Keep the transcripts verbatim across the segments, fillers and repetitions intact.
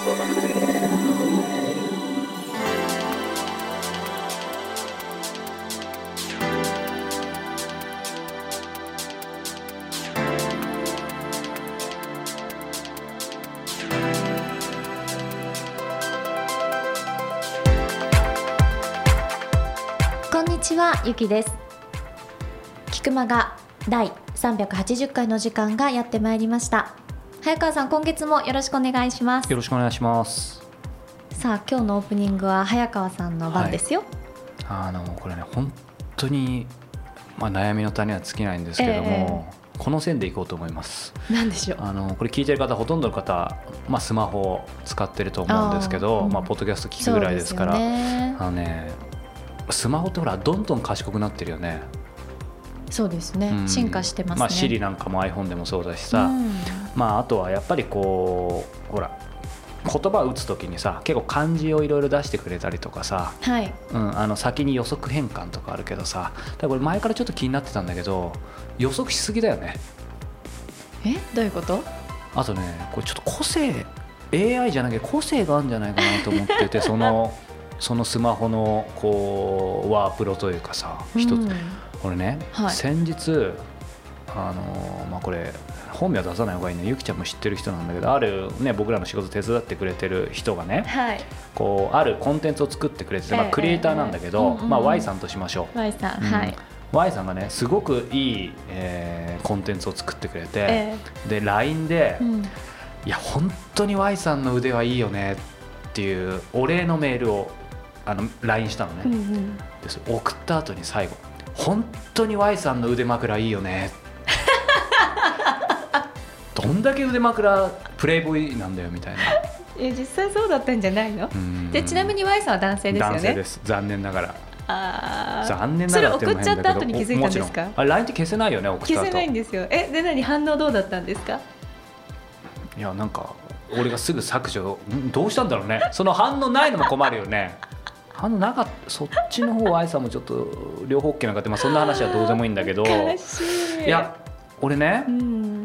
こんにちは、ゆきです。キクマがだいさんびゃくはちじゅっかいの時間がやってまいりました。早川さん、今月もよろしくお願いします。 よろしくお願いします。 さあ、今日のオープニングは早川さんの番ですよ。 はい、あのこれね、本当に、まあ、悩みの種は尽きないんですけども、えー、この線でいこうと思います。 何でしょう。 あのこれ聞いてる方、ほとんどの方、まあ、スマホを使ってると思うんですけど、あ、うん、まあ、ポッドキャスト聞くぐらいですから、ね、あのね、スマホってほらどんどん賢くなってるよね。 そうですね、うん、進化してますね。 まあ、Siri なんかも iPhone でもそうだしさ、うん、まあ、あとはやっぱりこうほら言葉を打つときにさ、結構漢字をいろいろ出してくれたりとかさ、はい、うん、あの先に予測変換とかあるけどさ、だからこれ前からちょっと気になってたんだけど、予測しすぎだよね。 え、どういうこと？ あとね、これちょっと個性 エーアイ じゃなきゃ個性があるんじゃないかなと思っててそのそのスマホのこうワープロというかさ、一つ、うん、これね、はい、先日あの、まあ、これ本名は出さない方がいいね、ゆきちゃんも知ってる人なんだけど、ある、ね、僕らの仕事手伝ってくれてる人がね、はい、こうあるコンテンツを作ってくれてて、まあ、クリエイターなんだけど、えーえーまあ、Y さんとしましょう。 Y さん、うん、はい、 Y さんがね、すごくいい、えー、コンテンツを作ってくれて、えー、で ライン で、うん、いや本当に Y さんの腕はいいよねっていうお礼のメールをあの ライン したのね、うんうん、でそれ送った後に最後、本当に Y さんの腕枕いいよねどんだけ腕枕プレイボーイなんだよみたいな。 いや実際そうだったんじゃないの？でちなみに Y さんは男性ですよね。 男性です、残念ながら。 あ、 残念ながらっても変だけど、 それ送っちゃった後に気づいたんですか？ あ、ライン って消せないよね、送った後。 消せないんですよ。え、で何、反応どうだったんですか？ いや、なんか俺がすぐ削除どうしたんだろうね。その反応ないのも困るよね。反応なかった。そっちの方は 愛さんもちょっと両方 OK なかった、まあ、そんな話はどうでもいいんだけど、いや俺ね、うん、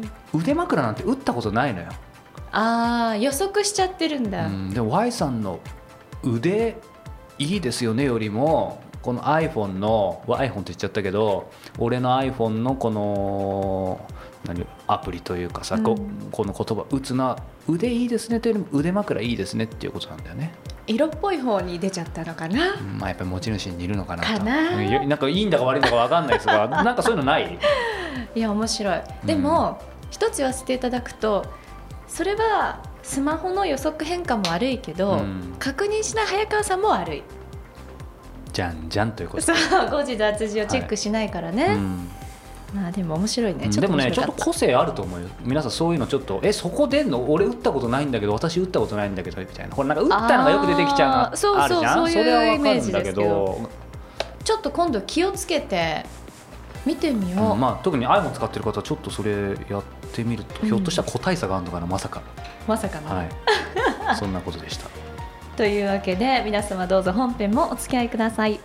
腕枕なんて打ったことないのよ。 あー、予測しちゃってるんだ、うん、 でも Y さんの腕いいですよねよりも、この iPhone の iPhone って言っちゃったけど、俺の iPhone のこの何アプリというかさ、うん、こ, この言葉打つな、腕いいですねというよりも腕枕いいですねっていうことなんだよね。 色っぽい方に出ちゃったのかな、 うん、まあ、やっぱり持ち主に似るのかなと。 かな、 なんかいいんだか悪いんだか分かんないですがなんかそういうのない？ いや面白い。でも、うん、一つ言わせていただくと、それはスマホの予測変化も悪いけど、うん、確認しない早川さんも悪い。 じゃんじゃんということそう、誤字脱字をチェックしないからね、はい、うん、まあでも面白いね。ちょっと面白かった。でもね、ちょっと個性あると思うよ。皆さんそういうのちょっと、え、そこ出んの？俺打ったことないんだけど、私打ったことないんだけどみたいな、これなんか打ったのがよく出てきちゃうのあるじゃん。 そうそう、そういうイメージですけど、 それは分かるんだけど、 ちょっと今度気をつけて見てみよう、 うん、まあ、特に iPhone 使ってる方はちょっとそれやってみると、うん、ひょっとしたら個体差があるのかな、まさかまさかな、 はい、そんなことでしたというわけで皆様どうぞ本編もお付き合いください。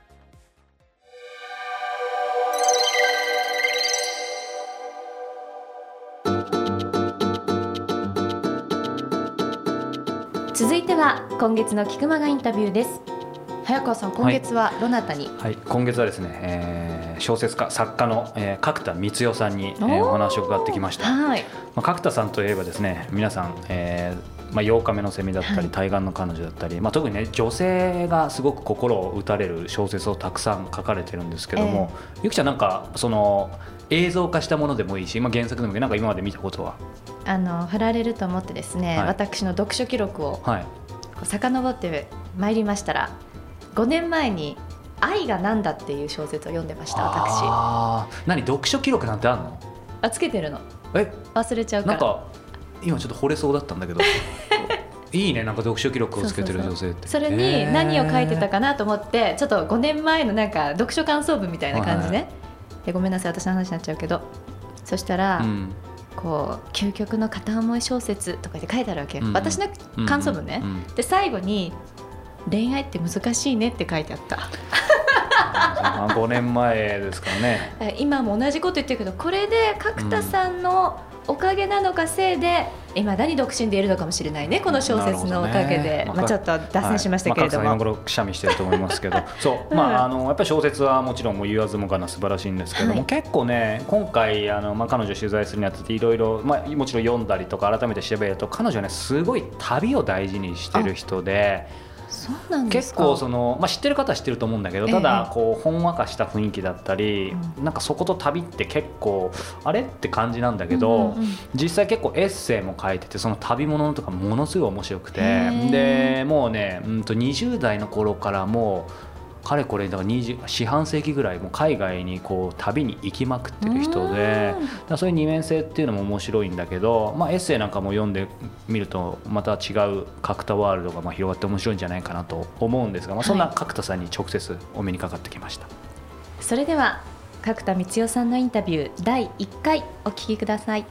続いては今月のキクマガインタビューです。早川さん、今月はどなたに？ はいはい、今月はですね、えー、小説家作家の、えー、角田光代さんに、えー、お話を伺ってきました。はい、まあ、角田さんといえばですね、皆さん、えーまあ、ようかめのセミだったり、はい、対岸の彼女だったり、まあ、特にね女性がすごく心を打たれる小説をたくさん書かれてるんですけども、えー、ゆきちゃんなんかその映像化したものでもいいし、まあ、原作でもいい、なんか今まで見たことは？ あの振られると思ってですね、はい、私の読書記録を、はい、こう遡ってまいりましたら、ごねんまえに愛がなんだっていう小説を読んでました。私。 あ、何、読書記録なんてあるの？ あ、つけてるの。 え、 忘れちゃうから。 なんか今ちょっと惚れそうだったんだけどいいね、なんか読書記録をつけてる女性って。 そうそうそう、それに何を書いてたかなと思って、ちょっとごねんまえのなんか読書感想文みたいな感じね、はい、でごめんなさい、私の話になっちゃうけど、そしたら、うん、こう究極の片思い小説とかって書いてあるわけ、うん、私の感想文ね、うんうんうん、で最後に恋愛って難しいねって書いてあったごねんまえですからね今も同じこと言ってるけど、これで角田さんのおかげなのかせいで未だに独身でいるのかもしれないね、この小説のおかげで、ね、まあ、ちょっと脱線しましたけれども、 はい、まあ、今頃くしゃみしてると思いますけどそう、まあ、あのやっぱり小説はもちろんもう言わずもがな素晴らしいんですけども、はい、結構ね今回あの、まあ、彼女取材するにあたっていろいろもちろん読んだりとか改めて調べると、彼女はねすごい旅を大事にしてる人で、 そうなんですか。 結構その、まあ、知ってる方は知ってると思うんだけど、ただこうほんわかした雰囲気だったり、うん、なんかそこと旅って結構あれって感じなんだけど、うんうんうん、実際結構エッセイも書いてて、その旅物とかものすごい面白くて、でもうね、うんとにじゅう代の頃からもうかれこれだからにじゅう四半世紀ぐらいもう海外にこう旅に行きまくってる人で、だそういう二面性っていうのも面白いんだけど、まあ、エッセイなんかも読んでみるとまた違う角田ワールドがまあ広がって面白いんじゃないかなと思うんですが、まあ、そんな角田さんに直接お目にかかってきました、はい、 それでは角田光代さんのインタビューだいいっかいお聞きください。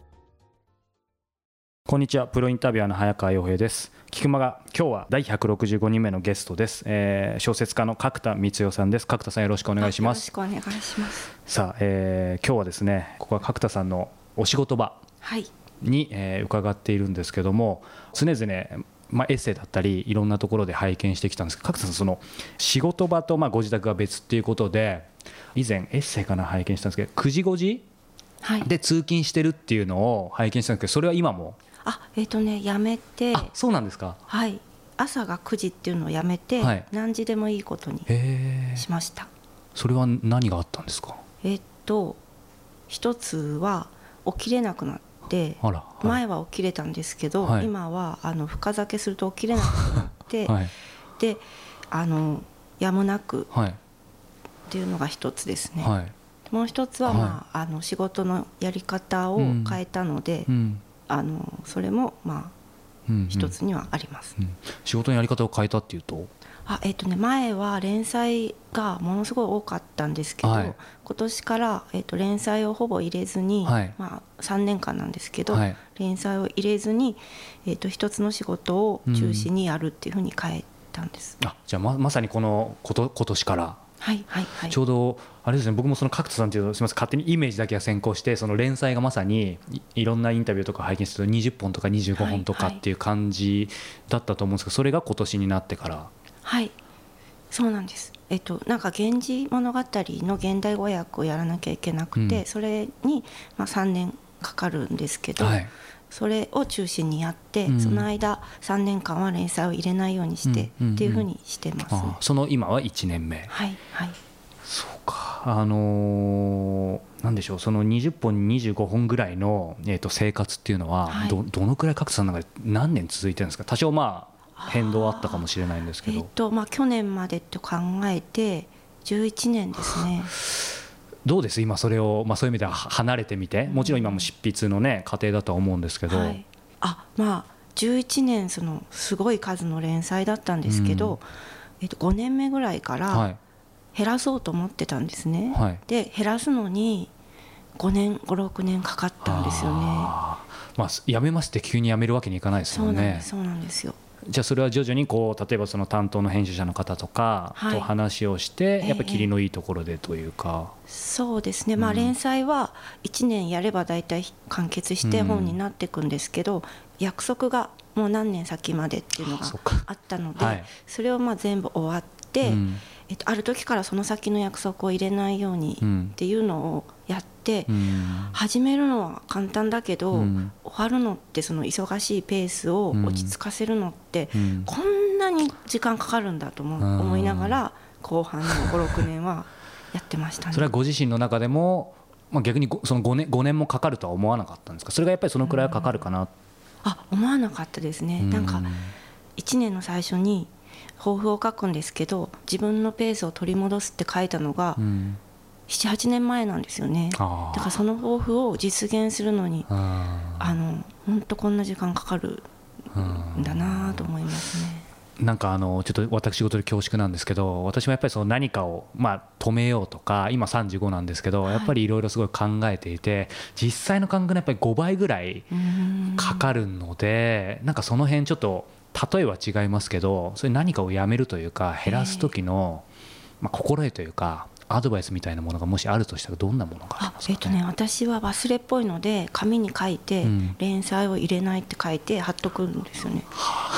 こんにちは、プロインタビュアーの早川洋平です。菊間が今日はだいひゃくろくじゅうごにんめのゲストです、えー、小説家の角田光代さんです。角田さん、よろしくお願いします。 よろしくお願いします。 さあ、えー、今日はですね、ここは角田さんのお仕事場に、えー、伺っているんですけども、常々、まあ、エッセイだったりいろんなところで拝見してきたんですけど、角田さん、その仕事場とまあご自宅が別っていうことで、以前エッセイかな拝見したんですけど、くじごじで通勤してるっていうのを拝見したんですけど、それは今もあ、えーとね、やめて、 あ、そうなんですか。 はい、朝がくじっていうのをやめて、はい、何時でもいいことにしました。 それは何があったんですか。 えーと一つは起きれなくなって、 あら、はい、 前は起きれたんですけど、はい、今はあの深酒すると起きれなくなって、はい、であのやむなくっていうのが一つですね、はい、もう一つは、まあ、はい、あの仕事のやり方を変えたので、うんうん、あのそれもまあ一つにはあります、 うんうん、仕事のやり方を変えたっていうと、 あ、えーとね、前は連載がものすごい多かったんですけど、はい、今年から、えーと連載をほぼ入れずに、はい、まあ、さんねんかんなんですけど、はい、連載を入れずに、えーと一つの仕事を中心にやるっていうふうに変えたんです、 うん、あ、じゃあ ま, まさにこのこと今年からはいはいはい、 ちょうどあれですね、僕もその角田さんという、すみません、勝手にイメージだけが先行して、その連載がまさに い, いろんなインタビューとか拝見するとにじゅっぽんとかにじゅうごほんとかっていう感じだったと思うんですけど、それが今年になってから。 はい、そうなんです。えっと、なんか源氏物語の現代語訳をやらなきゃいけなくて、うん、それにまあさんねんかかるんですけど、はい、それを中心にやって、うん、その間さんねんかんは連載を入れないようにして、うんうんうん、っていうふうにしてます、ね、 あ、その今はいちねんめ。 はいはい。 そうか、あのー、なんでしょう、そのにじゅっぽんにじゅうごほんぐらいの、えー、と生活っていうのは ど, どのくらい角田さんの中で何年続いてるんですか。多少まあ変動あったかもしれないんですけど、 えーとまあ、去年までと考えてじゅういちねんですね。 どうです今それを、まあ、そういう意味では離れてみて、もちろん今も執筆の、ね、過程だとは思うんですけど、はい、 あ、まあ、じゅういちねんそのすごい数の連載だったんですけど、うん、えー、とごねんめぐらいから減らそうと思ってたんですね、はい、で減らすのにごねんごろくねんかかったんですよね。 あ、まあ、やめますって急にやめるわけにいかないですもんね。 そうなんですよ。 じゃあそれは徐々にこう例えばその担当の編集者の方とかと話をして、はい、やっぱり切りのいいところでというか、 えー、そうですね、まあ、連載はいちねんやれば大体完結して本になっていくんですけど、うん、約束がもう何年先までっていうのがあったので、はい、それをまあ全部終わって、うん、えっと、ある時からその先の約束を入れないようにっていうのをやって、うん、始めるのは簡単だけど、うん、終わるのってその忙しいペースを落ち着かせるのって、うん、こんなに時間かかるんだと 思, 思いながら後半のごろくねんはやってましたね。 それはご自身の中でも、まあ、逆にその 5, 年ごねんもかかるとは思わなかったんですか。それがやっぱりそのくらいはかかるかな、うん、 あ、思わなかったですね。なんかいちねんの最初に抱負を書くんですけど、自分のペースを取り戻すって書いたのが、うん、ななはちねんまえなんですよね。だからその抱負を実現するのにああの本当こんな時間かかるんだなと思いますね。 なんかあのちょっと私事で恐縮なんですけど、私もやっぱりその何かをまあ止めようとか、今さんじゅうごなんですけど、やっぱりいろいろすごい考えていて、実際の感覚のやっぱりごばいぐらいかかるので、なんかその辺ちょっと例えは違いますけど、それ何かをやめるというか減らす時のまあ心得というかアドバイスみたいなものがもしあるとしたらどんなものがありますかね。 あ、えーとね、私は忘れっぽいので紙に書いて、うん、連載を入れないって書いて貼っとくんですよね。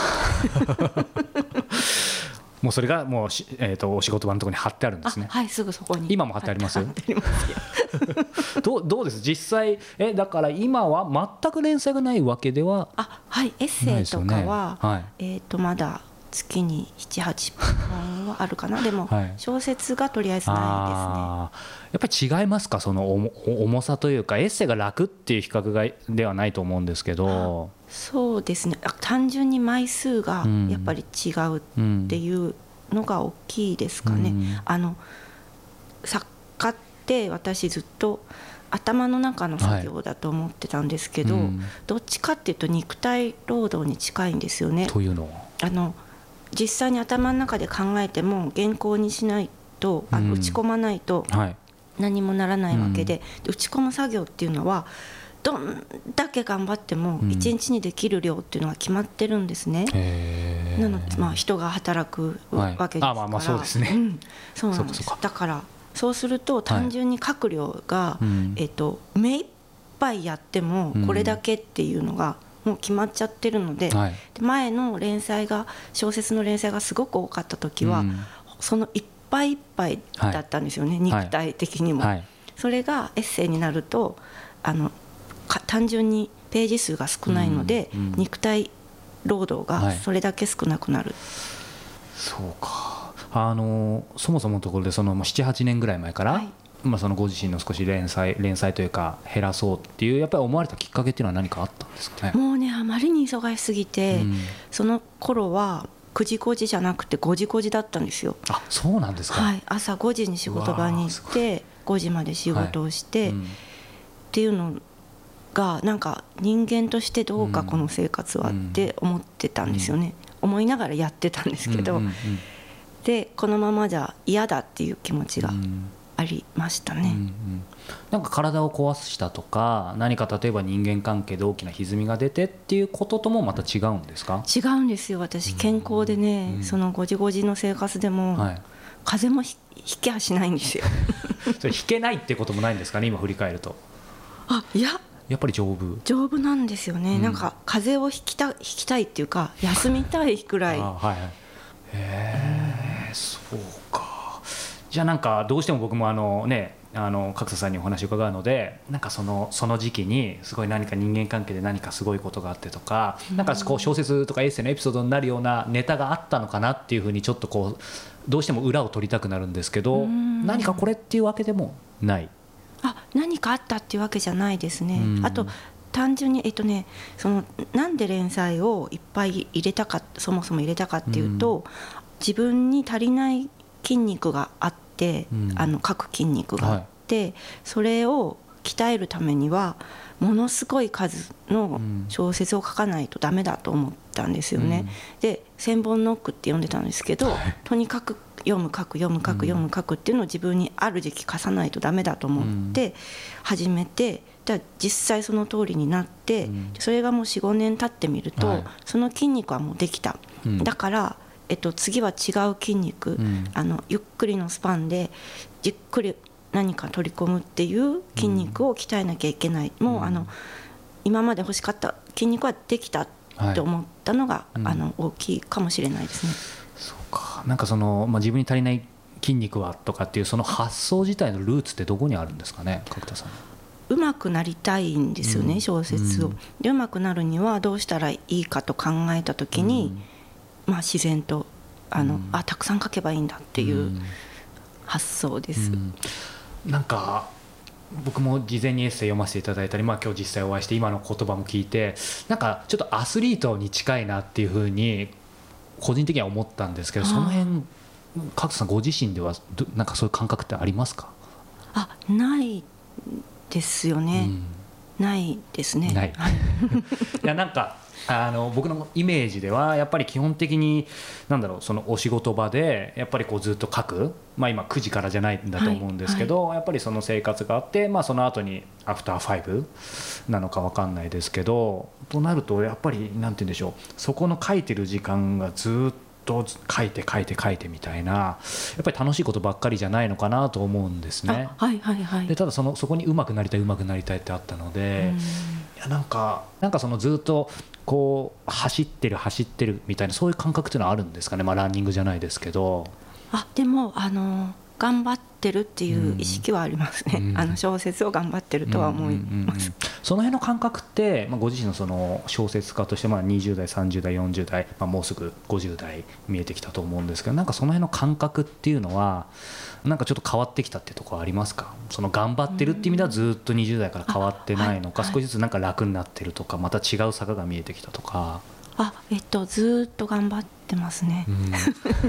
もうそれがもう、えー、とお仕事場のところに貼ってあるんですね。 はい、すぐそこに今も貼ってあります。 貼ってありますよ。 どう、どうです実際。えだから今は全く連載がないわけでは。 あ、はい、エッセイとかは、ね、はい、えー、とまだ月にななはちほんはあるかな。でも小説がとりあえずないですね。あ、 やっぱり違いますか、その重さというか。エッセイが楽っていう比較がではないと思うんですけど。 そうですね、単純に枚数がやっぱり違うっていうのが大きいですかね。うん、あの作家って私ずっと頭の中の作業だと思ってたんですけど、はい、うん、どっちかっていうと肉体労働に近いんですよね。 というのは、 あの実際に頭の中で考えても原稿にしないと、あの打ち込まないと何もならないわけで、うん、打ち込む作業っていうのはどんだけ頑張ってもいちにちにできる量っていうのが決まってるんですね。うん、なので、まあ、人が働くわけですから、はい、あ、まあまあそうですね、うん、そうなんです。だからそうすると単純に書く量が、はい、えーと、目いっぱいやってもこれだけっていうのがもう決まっちゃってるので、はい、で前の連載が小説の連載がすごく多かった時は、うん、そのいっぱいいっぱいだったんですよね、はい、肉体的にも、はい、それがエッセイになるとあの単純にページ数が少ないので、うんうん、肉体労働がそれだけ少なくなる、はい、 そうか。あのそもそものところでそのななはちねんぐらい前から、はい、まあ、そのご自身の少し連載連載というか減らそうっていうやっぱり思われたきっかけっていうのは何かあったんですかね。 もうね、あまりに忙しすぎて、うん、その頃はくじごじじゃなくてごじごじだったんですよ。 あ、そうなんですか。 はい、朝ごじに仕事場に行ってごじまで仕事をして、はい、うん、っていうのがなんか人間としてどうかこの生活はって思ってたんですよね、うん、思いながらやってたんですけど、うんうんうん、でこのままじゃ嫌だっていう気持ちがありましたね、うんうん、 なんか体を壊したとか何か例えば人間関係で大きな歪みが出てっていうことともまた違うんですか。 違うんですよ。私健康でね、うん、そのごじごじの生活でも、はい、風邪もひひきはしないんですよ。 それひけないってこともないんですかね、今振り返ると。 あ、いややっぱり丈夫丈夫なんですよね、うん、なんか風邪をひきた、ひきたいっていうか休みたいくらい。あ、はいはい、へえ、そうか。じゃあなんかどうしても僕もあのね、あの角田さんにお話を伺うので、なんかそのその時期にすごい何か人間関係で何かすごいことがあってとか、うん、なんかこう小説とかエッセイのエピソードになるようなネタがあったのかなっていうふうにちょっとこうどうしても裏を取りたくなるんですけど、うん、何かこれっていうわけでもない。 あ、何かあったっていうわけじゃないですね、うん、あと単純に、えっとね、そのなんで連載をいっぱい入れたか、そもそも入れたかっていうと、うん、自分に足りない筋肉があって、うん、あの書く筋肉があって、はい、それを鍛えるためにはものすごい数の小説を書かないとダメだと思ったんですよね、うん、で千本ノックって呼んでたんですけど、はい、とにかく読む書く読む書く読む書くっていうのを自分にある時期課さないとダメだと思って始めて、で実際その通りになって、それがもう よん,ご 年経ってみると、はい、その筋肉はもうできた、うん、だから、えっと、次は違う筋肉、うん、あのゆっくりのスパンでじっくり何か取り込むっていう筋肉を鍛えなきゃいけない、うん、もうあの今まで欲しかった筋肉はできたって思ったのが、はい、あの大きいかもしれないですね。 そうか。なんかその、まあ、自分に足りない筋肉はとかっていうその発想自体のルーツってどこにあるんですかね、角田さん。 うまくなりたいんですよね、うん、小説を、うん、でうまくなるにはどうしたらいいかと考えた時に、うん、まあ、自然とあの、うん、あたくさん書けばいいんだっていう発想です、うんうん、なんか僕も事前にエッセイ読ませていただいたり、まあ、今日実際お会いして今の言葉も聞いて、なんかちょっとアスリートに近いなっていうふうに個人的には思ったんですけど、その辺角田さんご自身ではなんかそういう感覚ってありますか。 あ、ないですよね、うん、ないですね。ない。いや、なんかあの僕のイメージではやっぱり基本的になんだろう、そのお仕事場でやっぱりこうずっと書く、まあ、今くじからじゃないんだと思うんですけど、はいはい、やっぱりその生活があって、まあ、その後にアフターファイブなのか分かんないですけど、となるとやっぱりなんて言うんでしょう、そこの書いてる時間がずっと書いて書いて書いてみたいな、やっぱり楽しいことばっかりじゃないのかなと思うんですね。 はいはいはい、 でただそのそこに上手くなりたい上手くなりたいってあったので、いやなんかなんかそのずっとこう走ってる走ってるみたいな、そういう感覚っていうのはあるんですかね。まあランニングじゃないですけど。 あでもあの頑張ってるっていう意識はありますね、うん、あの小説を頑張ってるとは思います、うんうんうんうん、 その辺の感覚って、まあ、ご自身のその小説家としてまあにじゅう代さんじゅう代よんじゅう代、まあ、もうすぐごじゅう代見えてきたと思うんですけど、なんかその辺の感覚っていうのはなんかちょっと変わってきたってところありますか。その頑張ってるっていう意味ではずっとにじゅう代から変わってないのか、はいはい、少しずつなんか楽になってるとか、また違う坂が見えてきたとか。 あえっとずっと頑張ってますね、うん、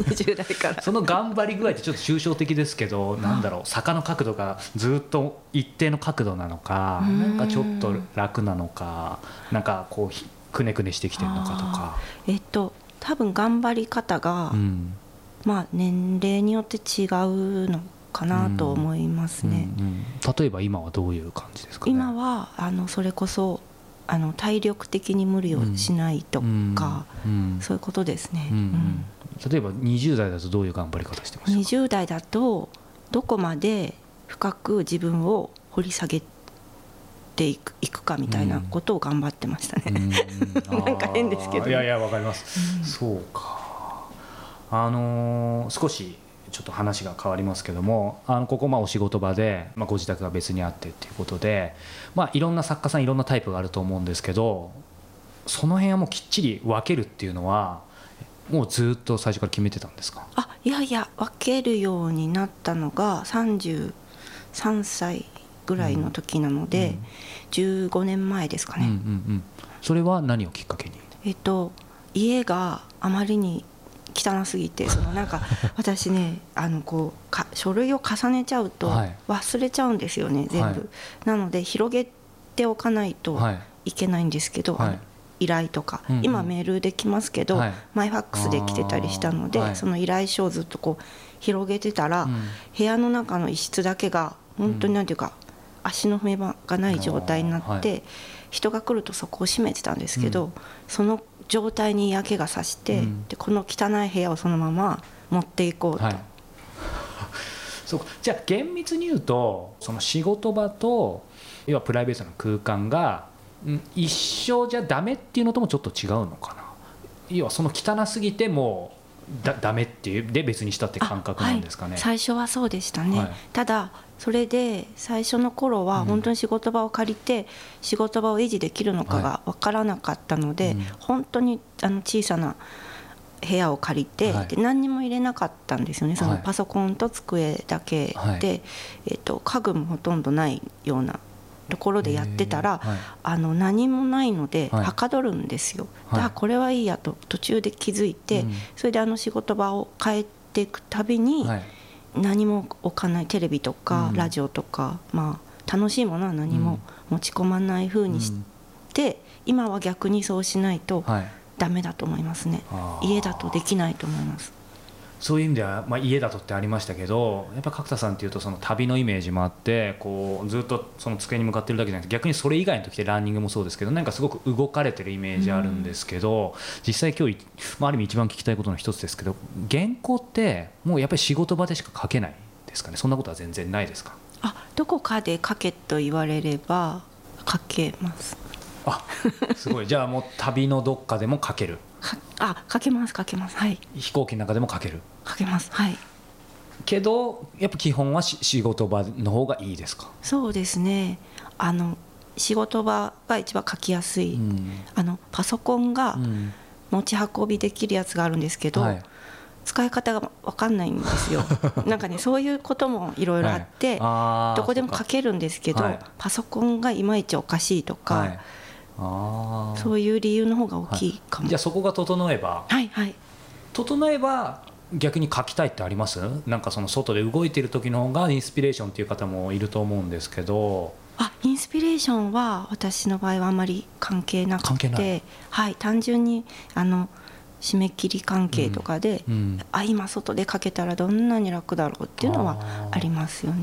にじゅう代からその頑張り具合ってちょっと抽象的ですけど、なんだろう、坂の角度がずっと一定の角度なのか、なんかちょっと楽なのか、なんかこうくねくねしてきてるのかとか。 えっと多分頑張り方が、うん、まあ年齢によって違うのかなと思いますね、 うんうんうん、例えば今はどういう感じですかね。 今はあのそれこそあの体力的に無理をしないとか、うんうん、そういうことですね、うんうん、 例えばにじゅう代だとどういう頑張り方してましたか。 にじゅう代だとどこまで深く自分を掘り下げていく、いくかみたいなことを頑張ってましたね、うん、なんか変ですけど、ね、 いやいやわかります、うん、そうか。あのー、少しちょっと話が変わりますけども、あのここまあお仕事場で、まあ、ご自宅が別にあってっていうことで、まあ、いろんな作家さんいろんなタイプがあると思うんですけど、その辺はもうきっちり分けるっていうのはもうずっと最初から決めてたんですか。 あいやいや分けるようになったのがさんじゅうさんさいぐらいの時なので、うんうん、じゅうごねんまえですかね、うんうんうん、 それは何をきっかけに。 えっと家があまりに汚すぎて、そのなんか私ねあのこうか書類を重ねちゃうと忘れちゃうんですよね、はい、全部、はい、なので広げておかないといけないんですけど、はい、依頼とか、うんうん、今メールで来ますけど、はい、マイファックスで来てたりしたので、はい、その依頼書をずっとこう広げてたら、うん、部屋の中の一室だけが本当になんていうか、うん、足の踏み場がない状態になって、はい、人が来るとそこを閉めてたんですけど、うん、その状態に嫌気がさして、うん、でこの汚い部屋をそのまま持っていこうと、はい、 そうか。じゃあ厳密に言うとその仕事場と要はプライベートの空間が、うん、一緒じゃダメっていうのともちょっと違うのかな。要はその汚すぎてもうだダメっていうで別にしたって感覚なんですかね。 はい、最初はそうでしたね、はい、ただそれで最初の頃は本当に仕事場を借りて仕事場を維持できるのかが分からなかったので、はい、本当にあの小さな部屋を借りて、はい、で何にも入れなかったんですよね。そのパソコンと机だけで、はい、えーと、家具もほとんどないようなところでやってたら、はい、あの何もないのではかどるんですよ、はい、だからこれはいいやと途中で気づいて、うん、それであの仕事場を変えていくたびに、はい、何も置かないテレビとかラジオとか、うん、まあ、楽しいものは何も持ち込まない風にして、うん、今は逆にそうしないとダメだと思いますね、はい、家だとできないと思います。 そういう意味では、まあ、家だとってありましたけど、やっぱ角田さんっていうとその旅のイメージもあって、こうずっとその机に向かってるだけじゃなくて、逆にそれ以外の時ってランニングもそうですけど、なんかすごく動かれてるイメージあるんですけど、うん、実際今日、まあ、ある意味一番聞きたいことの一つですけど、原稿ってもうやっぱり仕事場でしか書けないですかね。そんなことは全然ないですか。 あ、どこかで書けと言われれば書けます。 あ、すごい。じゃあもう旅のどっかでも書ける。 あ、書けます書けます、はい。 飛行機の中でも書ける。 書けます、はい。 けどやっぱ基本は仕事場の方がいいですか。 そうですね、あの仕事場が一番書きやすい、うん、あのパソコンが持ち運びできるやつがあるんですけど、はい、使い方が分かんないんですよなんかね、そういうこともいろいろあって、はい、どこでも書けるんですけど、はい、パソコンがいまいちおかしいとか、はい、あ、そういう理由の方が大きいかも、はい、 じゃあそこが整えば、 はいはい、 整えば逆に書きたいってあります？なんかその外で動いてる時の方がインスピレーションっていう方もいると思うんですけど。 あ、インスピレーションは私の場合はあまり関係なくて、はい、単純にあの締め切り関係とかで、うんうん、あ、今外で書けたらどんなに楽だろうっていうのはありますよね。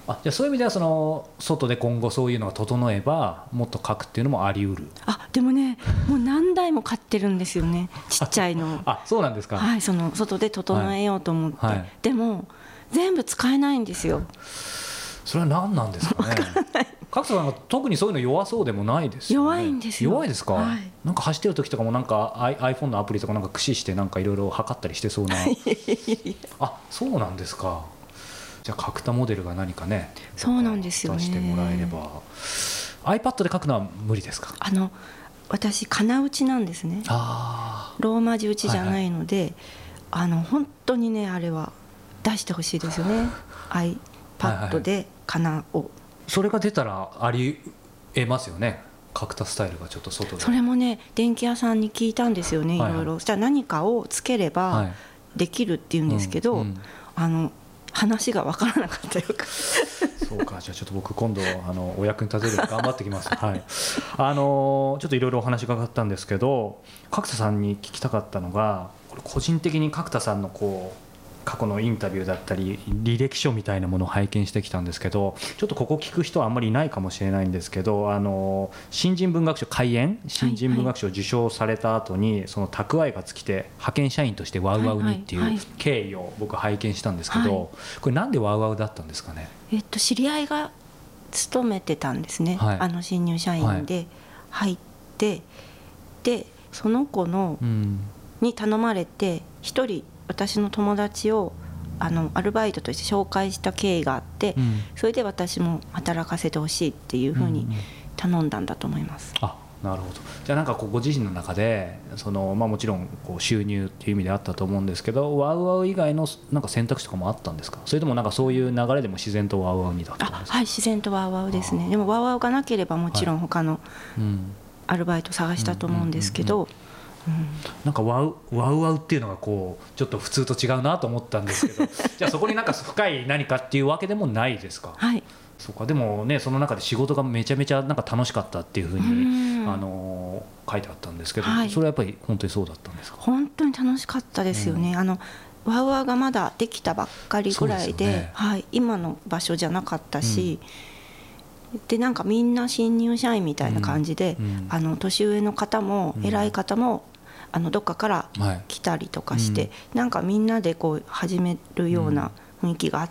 あ、じゃあそういう意味ではその外で今後そういうのが整えばもっと描くっていうのもあり得る。 あ、でもね、もう何台も買ってるんですよね、ちっちゃいの。 あ、そうなんですか。 はい、その外で整えようと思って、はいはい、でも全部使えないんですよ。 それは何なんですかね。角田さんが特にそういうの弱そうでもないですよね。 弱いんですよ。 弱いですか、はい、なんか走ってる時とかもなんか iPhone のアプリとかなんか駆使してなんかいろいろ測ったりしてそうなあ、そうなんですか。じゃあ角田モデルが何かね、 そうなんですよね、 出してもらえれば。 iPad で書くのは無理ですか。 あの私かな打ちなんですね。 あ、 ローマ字打ちじゃないので、はいはい、あの本当にねあれは出してほしいですよねiPad でかなを、はいはい、 それが出たらありえますよね、角田スタイルがちょっと外で。 それもね電気屋さんに聞いたんですよね、いろいろ、はいはい、じゃあ何かをつければできるっていうんですけど、はい、うんうん、あの話が分からなかったよそうか、じゃあちょっと僕今度あのお役に立てるように頑張ってきます、はい、あのちょっといろいろお話伺ったんですけど、角田さんに聞きたかったのが、これ個人的に角田さんのこう過去のインタビューだったり履歴書みたいなものを拝見してきたんですけど、ちょっとここ聞く人はあんまりいないかもしれないんですけど、あの新人文学賞開演新人文学賞を受賞された後に、はいはい、その蓄えが尽きて派遣社員としてワウワウにっていう経緯を僕拝見したんですけど、はいはい、これなんでワウワウだったんですかね。 えっと、知り合いが勤めてたんですね、はい、あの新入社員で入って、はい、でその子の、うん、に頼まれて一人私の友達をあのアルバイトとして紹介した経緯があって、うん、それで私も働かせてほしいっていうふうに頼んだんだと思います、 うんうん、あ、なるほど。じゃあなんかこうご自身の中でその、まあ、もちろんこう収入っていう意味であったと思うんですけど、ワウワウ以外のなんか選択肢とかもあったんですか。それともなんかそういう流れでも自然とワウワウにだったんですか。 あ、はい、自然とワウワウですね。でもワウワウがなければもちろん他のアルバイト探したと思うんですけど、 なんかワウワウワウっていうのがこうちょっと普通と違うなと思ったんですけどじゃあそこになんか深い何かっていうわけでもないですか。 はい、 そうか。でもね、その中で仕事がめちゃめちゃなんか楽しかったっていうふうにあの書いてあったんですけど、はい、それはやっぱり本当にそうだったんですか。 本当に楽しかったですよね、うん、あのワウワウがまだできたばっかりぐらい で, で、ね、はい、今の場所じゃなかったし、うん、でなんかみんな新入社員みたいな感じで、うんうん、あの年上の方も偉い方も、うん、あのどっかから来たりとかして、はい、うん、なんかみんなでこう始めるような雰囲気があって、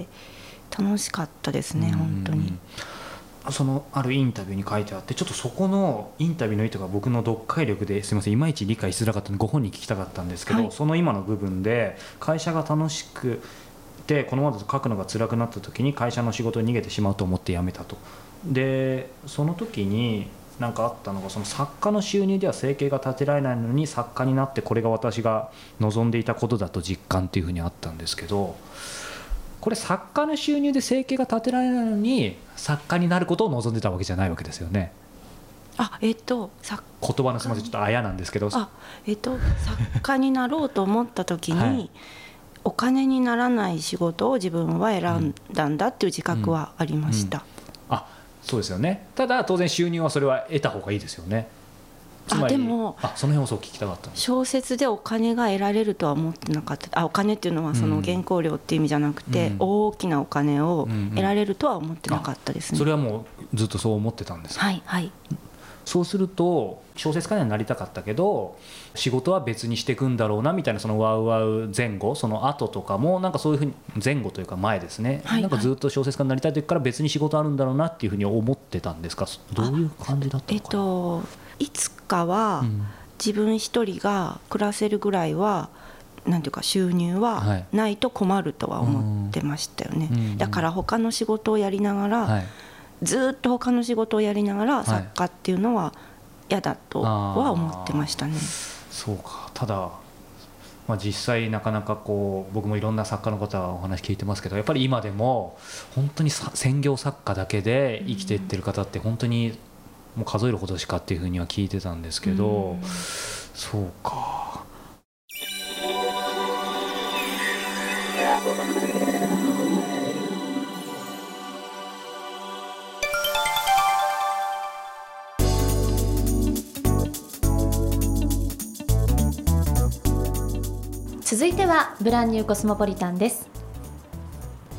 うん、楽しかったですね、うん、本当に。 そのあるインタビューに書いてあって、ちょっとそこのインタビューの意図が僕の読解力ですいません、いまいち理解しづらかったのでご本人に聞きたかったんですけど、はい、その今の部分で会社が楽しくてこのままだと書くのが辛くなった時に会社の仕事に逃げてしまうと思って辞めたと。でその時になんかあったのが、その作家の収入では生計が立てられないのに作家になってこれが私が望んでいたことだと実感っていうふうにあったんですけど、これ作家の収入で生計が立てられないのに作家になることを望んでたわけじゃないわけですよね。 あ、えっと言葉のすみませんちょっとあやなんですけど、 あ、えっと作家になろうと思った時に、はい、お金にならない仕事を自分は選んだんだっていう自覚はありました、 うんうん、あ、そうですよね。ただ当然収入はそれは得た方がいいですよね。つまりあでもあその辺をそう聞きたかったんです。 小説でお金が得られるとは思ってなかった。あ、お金っていうのはその原稿料っていう意味じゃなくて、うん、大きなお金を得られるとは思ってなかったですね、 うんうん、それはもうずっとそう思ってたんですか。 はいはい。 そうすると小説家にはなりたかったけど仕事は別にしていくんだろうなみたいな、そのワウワウ前後その後とかもなんかそういうふうに前後というか前ですね、はいはい、なんかずっと小説家になりたい時から別に仕事あるんだろうなっていうふうに思ってたんですか。どういう感じだったのかな。えっといつかは自分一人が暮らせるぐらいはなんていうか収入はないと困るとは思ってましたよね、はい、うん、だから他の仕事をやりながら、はい、ずっと他の仕事をやりながら作家っていうのは嫌だとは思ってましたね、はい、 そうか。ただ、まあ、実際なかなかこう僕もいろんな作家の方お話聞いてますけど、やっぱり今でも本当に専業作家だけで生きていってる方って本当にもう数えるほどしかっていうふうには聞いてたんですけど、うん、そうか。 続いてはブランニューコスモポリタンです。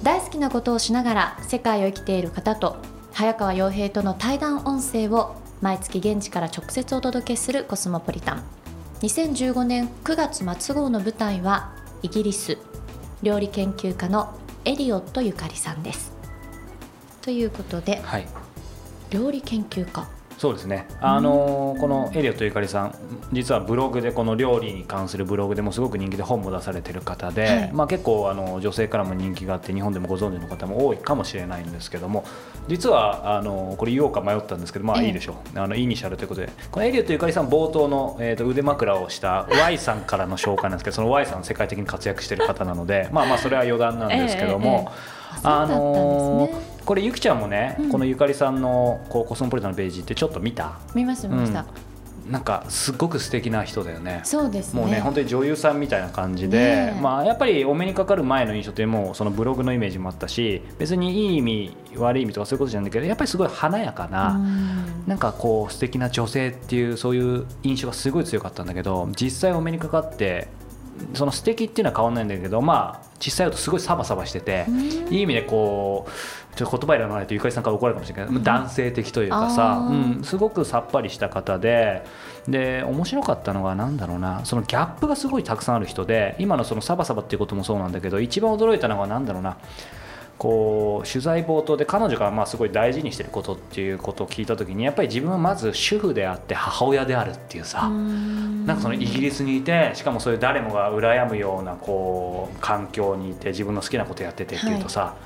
大好きなことをしながら世界を生きている方と早川洋平との対談音声を毎月現地から直接お届けするコスモポリタン。にせんじゅうごねんくがつ末号の舞台はイギリス、料理研究家のエリオットゆかりさんです。ということで、はい、料理研究家。 そうですね、あのー、このエリオットゆかりさん、実はブログでこの料理に関するブログでもすごく人気で本も出されている方で、はい、まあ、結構あの女性からも人気があって日本でもご存知の方も多いかもしれないんですけども、実はあのこれ言おうか迷ったんですけど、まあいいでしょう、ええ、あのイニシャルということで、このエリオットゆかりさん冒頭の、えー、と腕枕をした Y さんからの紹介なんですけど、その Y さん世界的に活躍している方なのでまあまあそれは余談なんですけども、 ええええ、あのーこれゆきちゃんもね、うん、このゆかりさんのこうコスモポリタンのページってちょっと見た？ 見ました見ました、 うん、なんかすごく素敵な人だよね。 そうですね、 もうね本当に女優さんみたいな感じで、ね、まあ、やっぱりお目にかかる前の印象ってもうそのブログのイメージもあったし、別にいい意味悪い意味とかそういうことじゃないんだけど、やっぱりすごい華やかな、んなんかこう素敵な女性っていうそういう印象がすごい強かったんだけど、実際お目にかかってその素敵っていうのは変わらないんだけど、まあ実際だとすごいサバサバしてて、いい意味でこうちょっと言葉選ばないとゆかりさんから怒られるかもしれないけど、うん、男性的というかさ、うん、すごくさっぱりした方で、で面白かったのがなんだろうな、そのギャップがすごいたくさんある人で、今のそのサバサバっていうこともそうなんだけど、一番驚いたのがなんだろうな、こう取材冒頭で彼女がまあすごい大事にしてることっていうことを聞いた時に、やっぱり自分はまず主婦であって母親であるっていうさ、なんかそのイギリスにいて、しかもそういう誰もが羨むようなこう環境にいて自分の好きなことやっててっていうとさ、はい、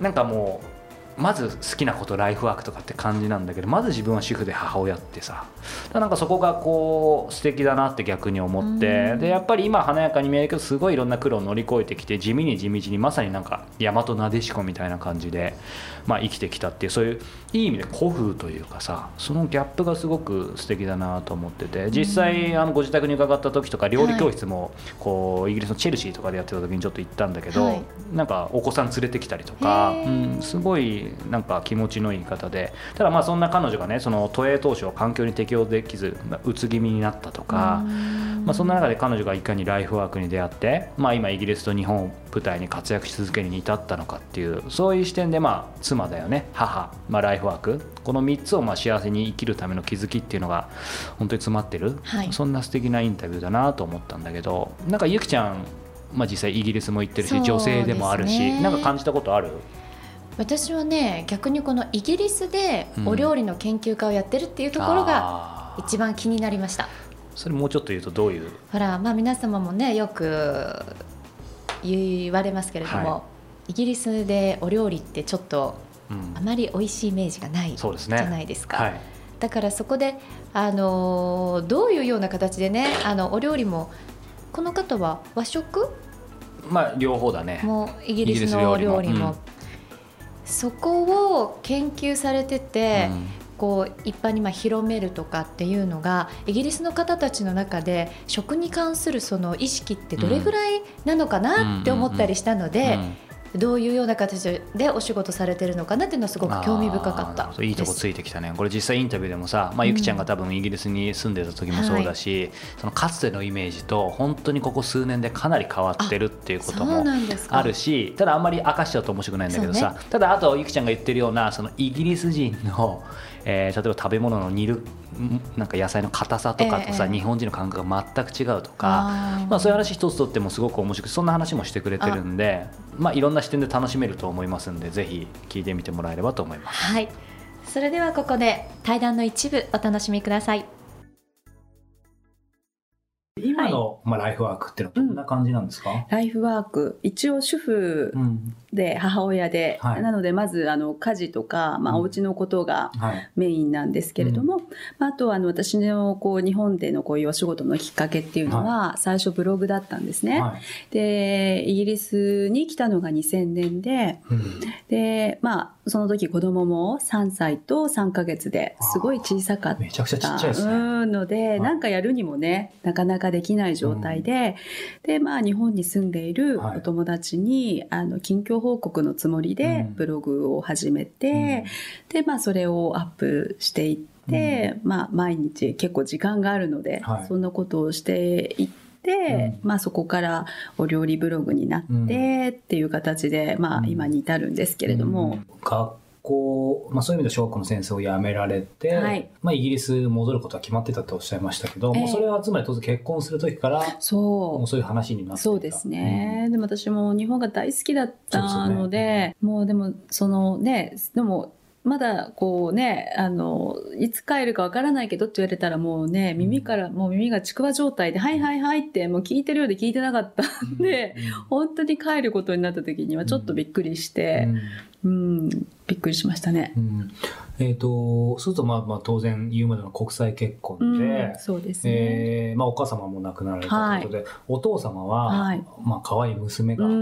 なんかもうまず好きなことライフワークとかって感じなんだけど、まず自分は主婦で母親ってさ、なんかそこがこう素敵だなって逆に思って、でやっぱり今華やかに見えるけどすごいいろんな苦労を乗り越えてきて、地味に地道にまさになんか大和なでしこみたいな感じで、まあ、生きてきたっていう、そういういい意味で古風というかさ、そのギャップがすごく素敵だなと思ってて、実際あのご自宅に伺った時とか料理教室もこうイギリスのチェルシーとかでやってた時にちょっと行ったんだけど、はい、なんかお子さん連れてきたりとか、うん、すごいなんか気持ちのいい方で、ただまあそんな彼女がね、その都営当初環境に適応できずうつ気味になったとか、まあ、そんな中で彼女がいかにライフワークに出会って、まあ、今イギリスと日本を舞台に活躍し続けるに至ったのかっていう、そういう視点でまあ妻だよね、母、まあ、ライフワーク、このみっつをまあ幸せに生きるための気づきっていうのが本当に詰まってる、はい、そんな素敵なインタビューだなと思ったんだけど、なんかゆきちゃん、まあ、実際イギリスも行ってるし、女性でもあるし、なんか感じたことある？ 私はね、逆にこのイギリスでお料理の研究家をやってるっていうところが一番気になりました、うん、 それもうちょっと言うとどういう？ ほら、まあ、皆様もねよく言われますけれども、はい、イギリスでお料理ってちょっとあまり美味しいイメージがないじゃないですか、うん、そうですね、はい、だからそこで、あのどういうような形でね、あのお料理も、この方は和食、 まあ、両方だね、 もうイギリスのお料理も、うん、そこを研究されてて、うん、こう一般にまあ広めるとかっていうのがイギリスの方たちの中で食に関するその意識ってどれぐらいなのかなって思ったりしたので、どういうような形でお仕事されてるのかなっていうのはすごく興味深かったです。 いいとこついてきたね。これ実際インタビューでもさ、まあ、ゆきちゃんが多分イギリスに住んでた時もそうだし、うん、はい、そのかつてのイメージと本当にここ数年でかなり変わってるっていうこともあるし、ただあんまり明かしちゃうと面白くないんだけどさ、ね、ただあとゆきちゃんが言ってるようなそのイギリス人の、えー、例えば食べ物の煮るなんか野菜の硬さとかとさ、えー、日本人の感覚が全く違うとか、あ、まあ、そういう話一つとってもすごく面白く、そんな話もしてくれてるんで、まあ、いろんな視点で楽しめると思いますんで、ぜひ聞いてみてもらえればと思います。 はい、それではここで対談の一部お楽しみください。 今の、はい、まあ、ライフワークってのはどんな感じなんですか？うん、 ライフワーク、一応主婦で母親で、うん、はい、なのでまずあの家事とか、まあ、お家のことがメインなんですけれども、うん、まあ、あとはあの私のこう日本でのこういうお仕事のきっかけっていうのは最初ブログだったんですね、はい、でイギリスに来たのがにせんねんで、うん、で、まあ、その時子供もさんさいとさんかげつですごい小さかっためちゃくちゃちっちゃいですね、 うん、のでなんかやるにもねなかなかできない状態で、うん、で、まあ、日本に住んでいるお友達に、はい、あの近況報告のつもりでブログを始めて、うん、で、まあ、それをアップしていって、うん、まあ、毎日結構時間があるので、はい、そんなことをしていってて、うん、まあそこからお料理ブログになってっていう形で、まあ今に至るんですけれども、うんうん、 学校、まあ、そういう意味で小学校の先生を辞められて、はい、まあ、イギリス戻ることは決まってたっておっしゃいましたけど、えー、もうそれはつまり当然結婚する時からそうもうそういう話になっていた。 そうですね、うん、でも私も日本が大好きだったの で, で、ね、もうでもそのねでもまだこうねあのいつ帰るかわからないけどって言われたらもうね耳からもう耳がちくわ状態で、うん、はいはいはいってもう聞いてるようで聞いてなかったんで、うんうん、本当に帰ることになった時にはちょっとびっくりして、うん、うん、びっくりしましたね。 うんえーと、そうするとまあまあ当然言うまでの国際結婚で、 うん、そうですね、 えーまあ、お母様も亡くなられたということで、はい、お父様は、はいまあ可愛い娘が、うん、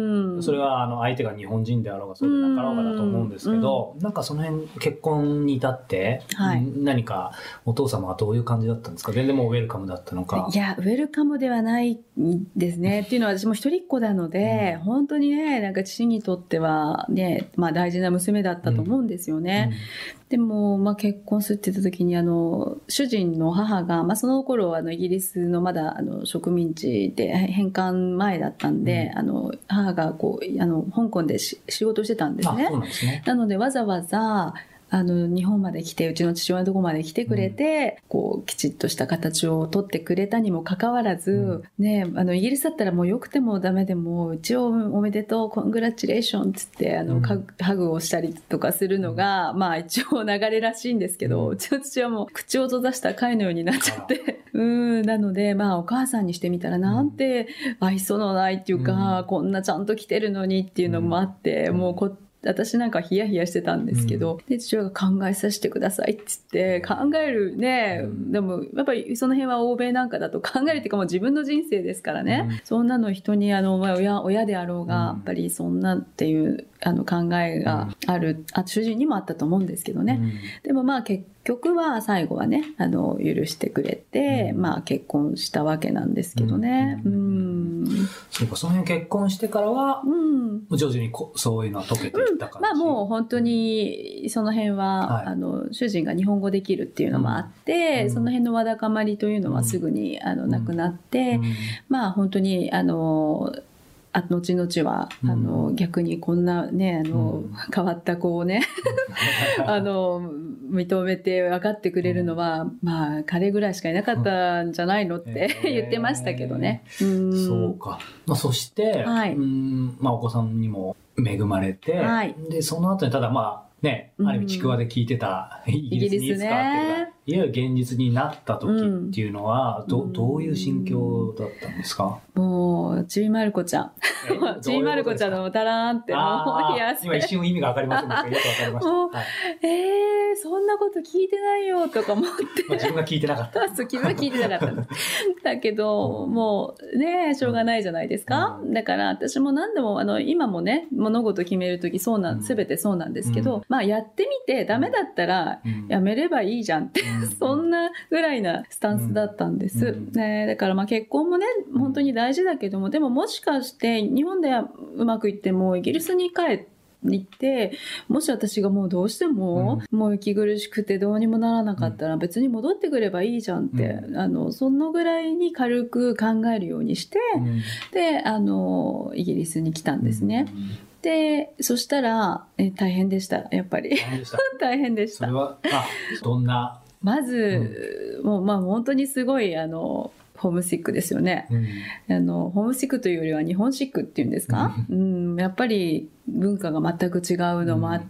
それはあの相手が日本人であろうがそうでなかろうがだと思うんですけど、うん、なんかその辺結婚に至って、はい、何かお父様はどういう感じだったんですか？全然もうウェルカムだったのか。 いやウェルカムではないですねっていうのは私も一人っ子なので、うん、本当にねなんか父にとってはね、まあ、大事な娘だったと思うんですよね、うんうんでも、まあ、結婚するって言った時にあの主人の母が、まあ、その頃あのイギリスのまだあの植民地で返還前だったんで、うん、あの母がこうあの香港でし仕事してたんですね。 あ、そうなんですね。 なのでわざわざあの日本まで来てうちの父親のとこまで来てくれて、うん、こうきちっとした形を取ってくれたにもかかわらず、うんね、あのイギリスだったらもう良くてもダメでも一応おめでとうコングラチュレーションっつってあの、うん、ハグをしたりとかするのが、うん、まあ一応流れらしいんですけど、うん、うちの父はもう口を閉ざした貝のようになっちゃってうんなのでまあお母さんにしてみたらなんて愛想のないっていうか、うん、こんなちゃんと来てるのにっていうのもあって、うん、もうこ私なんかヒヤヒヤしてたんですけど、うん、で父親が考えさせてくださいって言って考えるね、うん、でもやっぱりその辺は欧米なんかだと考えるっていうかもう自分の人生ですからね、うん、そんなの人にあの 親, 親であろうがやっぱりそんなっていうあの考えがある、うん、あ主人にもあったと思うんですけどね、うん、でもまあ結局は最後はねあの許してくれて、うん、まあ結婚したわけなんですけどね、うんうん、 そうかその辺結婚してからは、うん、徐々にこそういうのは解けていった感じ、 うん、まあもう本当にその辺は、はい、あの主人が日本語できるっていうのもあって、うん、その辺のわだかまりというのはすぐに、うん、あのなくなって、うん、まあ本当にあのあ後々は、うん、あの逆にこんなねあの、うん、変わった子をねあの認めて分かってくれるのは、うん、まあ彼ぐらいしかいなかったんじゃないのって、えー、言ってましたけどね。 うんそうか、まあ、そして、はいうんまあ、お子さんにも恵まれて、はい、でその後にただまあね、ある意味ちくわで聞いてたイギリスにいつかっていうか、いわゆる現実になった時っていうのは、うん、ど, どういう心境だったんですか？ もうちびまる子ちゃんちびまる子ちゃんのたらーんってもう冷やして今一瞬意味が分かりませんでしたけどよく分かりました、はい、 えー、そんなこと聞いてないよとか思ってまあ自分が聞いてなかったそう自分は聞いてなかっただけど、うん、もうねしょうがないじゃないですか、うん、だから私も何でもあの今もね物事決めるときそうなん全てそうなんですけど、うん、まあやってみてダメだったらやめればいいじゃんって、うん、そんなぐらいなスタンスだったんです、うんね、だからまあ結婚もね本当に大事だけどもでももしかして日本ではうまくいってもイギリスに帰って行ってもし私がもうどうしても、うん、もう息苦しくてどうにもならなかったら別に戻ってくればいいじゃんって、うん、あのそのぐらいに軽く考えるようにして、うん、であのイギリスに来たんですね、うんでそしたらえ大変でしたやっぱり大変でした大変でしたそれはあどんなまず、うん、もうまあ本当にすごいあのホームシックですよね、うん、あのホームシックというよりは日本シックっていうんですか、うん、やっぱり文化が全く違うのもあって、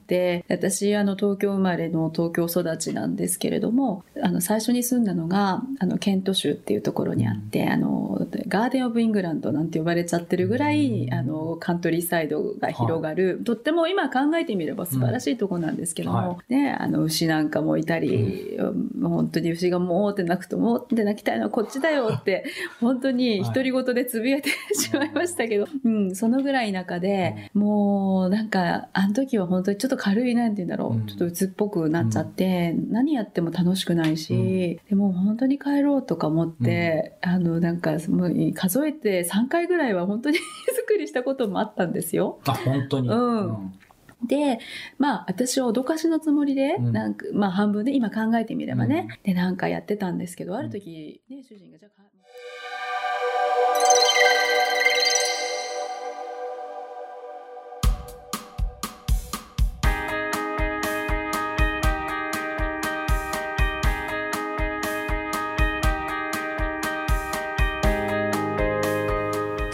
うん、私あの東京生まれの東京育ちなんですけれどもあの最初に住んだのがあのケント州っていうところにあって、うん、あのガーデン・オブ・イングランドなんて呼ばれちゃってるぐらい、うん、あのカントリーサイドが広がる、はい、とっても今考えてみれば素晴らしいところなんですけども、うんはいね、あの牛なんかもいたり、うん、本当に牛がもうって鳴くともうって鳴きたいのはこっちだよって本当に独り言でつぶやいてしまいましたけど、うん、そのぐらい中でもうもうなんかあの時は本当にちょっと軽いなんて言うんだろう、うん、ちょっと鬱っぽくなっちゃって、うん、何やっても楽しくないし、うん、でも本当に帰ろうとか思って、うん、あのなんかもう数えてさんかいぐらいは本当に作りしたこともあったんですよ。 あ本当に、 うんうんでまあ私は脅かしのつもりで、うんなんかまあ、半分で今考えてみればね、うん、でなんかやってたんですけどある時、ね、主人がじゃあ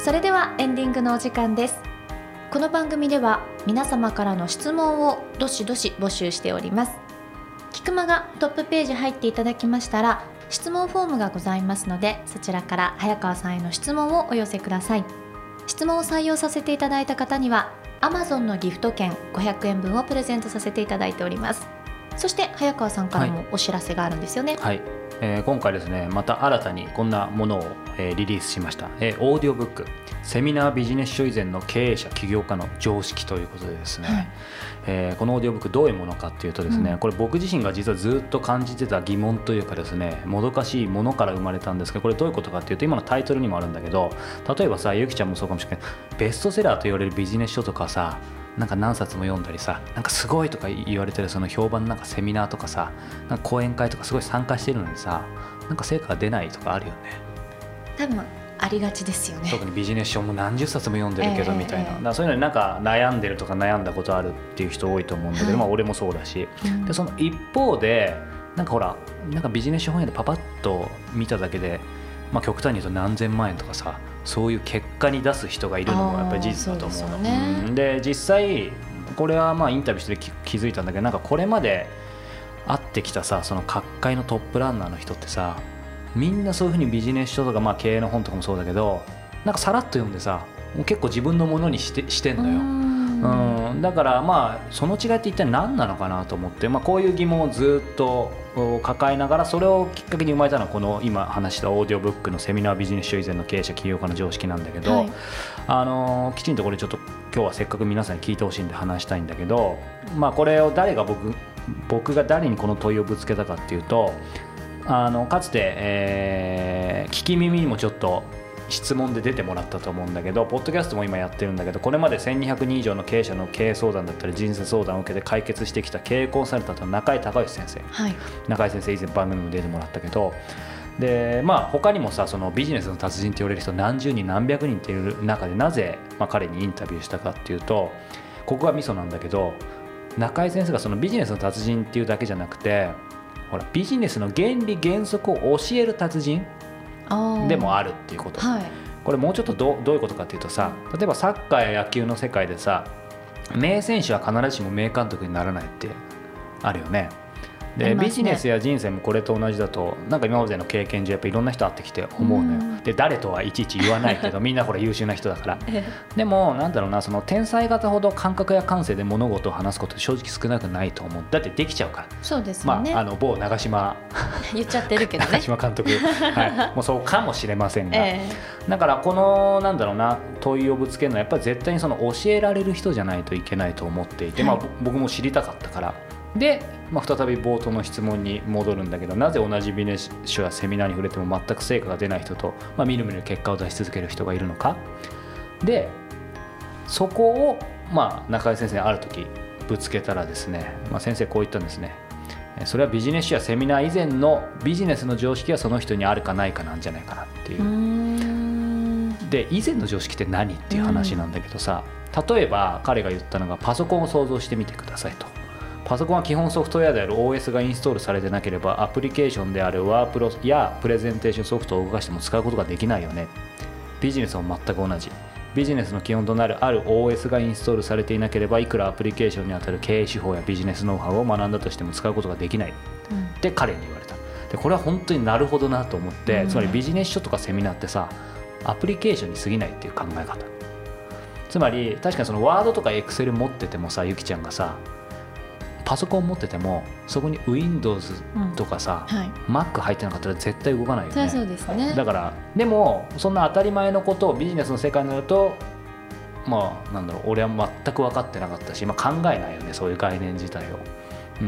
それではエンディングのお時間です。この番組では皆様からの質問をどしどし募集しております。キクマがトップページ入っていただきましたら質問フォームがございますので、そちらから早川さんへの質問をお寄せください。質問を採用させていただいた方には Amazon のギフト券ごひゃくえんぶんをプレゼントさせていただいております。そして早川さんからもお知らせがあるんですよね。 はい、はいえー、今回ですね、また新たにこんなものを、えー、リリースしました、えー、オーディオブックセミナービジネス書以前の経営者起業家の常識ということでですね、はいえー、このオーディオブックどういうものかっていうとですね、うん、これ僕自身が実はずっと感じてた疑問というかですね、もどかしいものから生まれたんですけど、これどういうことかっていうと、今のタイトルにもあるんだけど、例えばさ、ゆきちゃんもそうかもしれない、ベストセラーと言われるビジネス書とかさ、なんか何冊も読んだりさ、なんかすごいとか言われてるその評判なんかセミナーとかさ、なんか講演会とかすごい参加してるのにさ、なんか成果が出ないとかあるよね。 多分ありがちですよね。 特にビジネス書も何十冊も読んでるけどみたいな、えー、だからそういうのになんか悩んでるとか悩んだことあるっていう人多いと思うんだけど、はいまあ、俺もそうだし、うん、でその一方でなんかほらなんかビジネス書本屋でパパッと見ただけで、まあ、極端に言うと何千万円とかさ、そういう結果に出す人がいるのもやっぱり事実だと思うの。で、ねうん、で実際これはまあインタビューして気づいたんだけど、なんかこれまで会ってきたさ、その各界のトップランナーの人ってさ、みんなそういうふうにビジネス書とか、まあ、経営の本とかもそうだけど、なんかさらっと読んでさ、もう結構自分のものにして、してんのよ。うん、だからまあその違いって一体何なのかなと思って、まあ、こういう疑問をずっと抱えながら、それをきっかけに生まれたのはこの今話したオーディオブックのセミナービジネス書以前の経営者起業家の常識なんだけど、はい、あのきちんとこれちょっと今日はせっかく皆さんに聞いてほしいんで話したいんだけど、まあ、これを誰が僕僕が誰にこの問いをぶつけたかっていうと、あのかつて、えー、聞き耳にもちょっと質問で出てもらったと思うんだけど、ポッドキャストも今やってるんだけど、これまでせんにひゃくにん以上の経営者の経営相談だったり人生相談を受けて解決してきた経営コンサルタントの中井隆義先生、はい、中井先生以前番組に出てもらったけど、でまあ他にもさ、そのビジネスの達人って言われる人何十人何百人っていう中で、なぜ、まあ、彼にインタビューしたかっていうと、ここがミソなんだけど、中井先生がそのビジネスの達人っていうだけじゃなくて、ほらビジネスの原理原則を教える達人でもあるっていうこと、はい、これもうちょっと ど, どういうことかっていうとさ、例えばサッカーや野球の世界でさ、名選手は必ずしも名監督にならないってあるよね。で、ビジネスや人生もこれと同じだと、なんか今までの経験上やっぱいろんな人会ってきて思うのよ。で誰とはいちいち言わないけどみんなほら優秀な人だからでもなんだろうな、その天才型ほど感覚や感性で物事を話すことって正直少なくないと思う。だってできちゃうから。 そうですよね、 まあ、あの某長嶋言っちゃってるけどね長嶋監督、はい、もうそうかもしれませんが、えー、だからこのなんだろうな問いをぶつけるのはやっぱり絶対にその教えられる人じゃないといけないと思っていて、はい、まあ、僕も知りたかったからで、まあ、再び冒頭の質問に戻るんだけど、なぜ同じビジネス書やセミナーに触れても全く成果が出ない人と、まあ、みるみる結果を出し続ける人がいるのか。でそこを、まあ、中井先生にある時ぶつけたらですね、まあ、先生こう言ったんですね。それはビジネス書やセミナー以前のビジネスの常識はその人にあるかないかなんじゃないかなっていう。うーんで以前の常識って何っていう話なんだけどさ、例えば彼が言ったのがパソコンを想像してみてくださいと。パソコンは基本ソフトウェアである オーエス がインストールされてなければアプリケーションであるワープロやプレゼンテーションソフトを動かしても使うことができないよね。ビジネスも全く同じ。ビジネスの基本となるある オーエス がインストールされていなければいくらアプリケーションにあたる経営手法やビジネスノウハウを学んだとしても使うことができない、うん、って彼に言われた。でこれは本当になるほどなと思って、うん、つまりビジネス書とかセミナーってさアプリケーションに過ぎないっていう考え方。つまり確かにそのワードとかエクセル持っててもさ、ゆきちゃんがさパソコン持っててもそこに Windows とかさ、うんはい、Mac 入ってなかったら絶対動かないよね。 そうですね。 だからでもそんな当たり前のことをビジネスの世界になると、まあなんだろう、俺は全く分かってなかったし、まあ、考えないよね、そういう概念自体を。うん、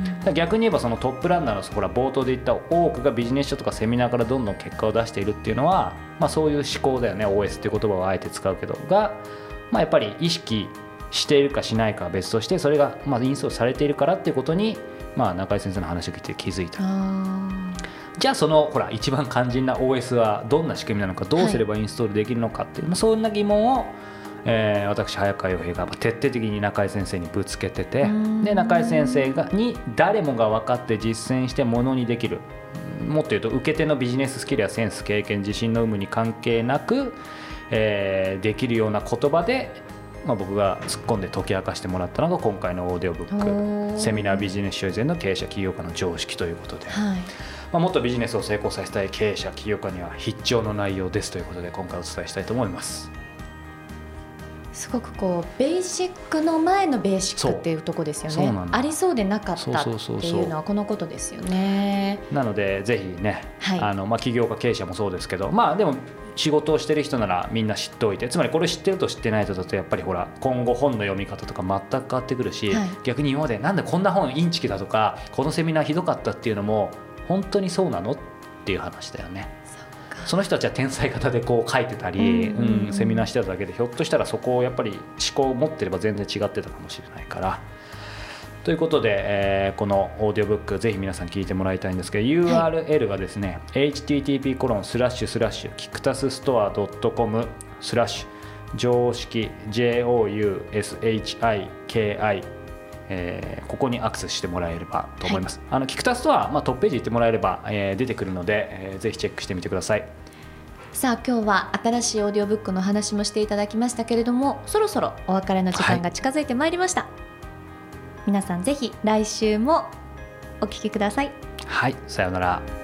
だ逆に言えばそのトップランナーのほら冒頭で言った多くがビジネス書とかセミナーからどんどん結果を出しているっていうのは、まあ、そういう思考だよね。 オーエス っていう言葉をあえて使うけどが、まあ、やっぱり意識しているかしないかは別として、それがまあインストールされているからっていうことに、まあ、中井先生の話を聞いて気づいた。じゃあそのほら一番肝心な オーエス はどんな仕組みなのか、どうすればインストールできるのかっていう、はい、そんな疑問を、えー、私早川洋平が徹底的に中井先生にぶつけてて、で中井先生がに誰もが分かって実践してものにできる、もっと言うと受け手のビジネススキルやセンス経験自信の有無に関係なく、 えー、できるような言葉で、まあ、僕が突っ込んで解き明かしてもらったのが今回のオーディオブックセミナービジネス書以前の経営者起業家の常識ということで、はい、まあ、もっとビジネスを成功させたい経営者起業家には必聴の内容ですということで今回お伝えしたいと思います。 すごくこうベーシックの前のベーシックっていうところですよね。ありそうでなかったっていうのはこのことですよね。 なのでぜひね、はい、あのまあ起業家経営者もそうですけど、まあでも仕事をしてる人ならみんな知っておいて、つまりこれ知ってると知ってないとだとやっぱりほら今後本の読み方とか全く変わってくるし、はい、逆に今までなんでこんな本インチキだとかこのセミナーひどかったっていうのも本当にそうなのっていう話だよね。その人たちは天才型でこう書いてたり、うんうんうん、セミナーしてただけでひょっとしたらそこをやっぱり思考を持ってれば全然違ってたかもしれないから。ということで、えー、このオーディオブックぜひ皆さん聞いてもらいたいんですけど、 ユーアールエル がですね、はい、エイチティーティーピーコロンスラッシュスラッシュキクタスストアドットコムスラッシュ常識 ジェイオーユーエスエイチアイケーアイ、えー、ここにアクセスしてもらえればと思います。はい、あのキクタストア、まあ、トップページ行ってもらえれば、えー、出てくるので、えー、ぜひチェックしてみてください。 さあ今日は新しいオーディオブックの話もしていただきましたけれども、そろそろお別れの時間が近づいてまいりました。はい、皆さんぜひ来週もお聞きください。 はい、さようなら。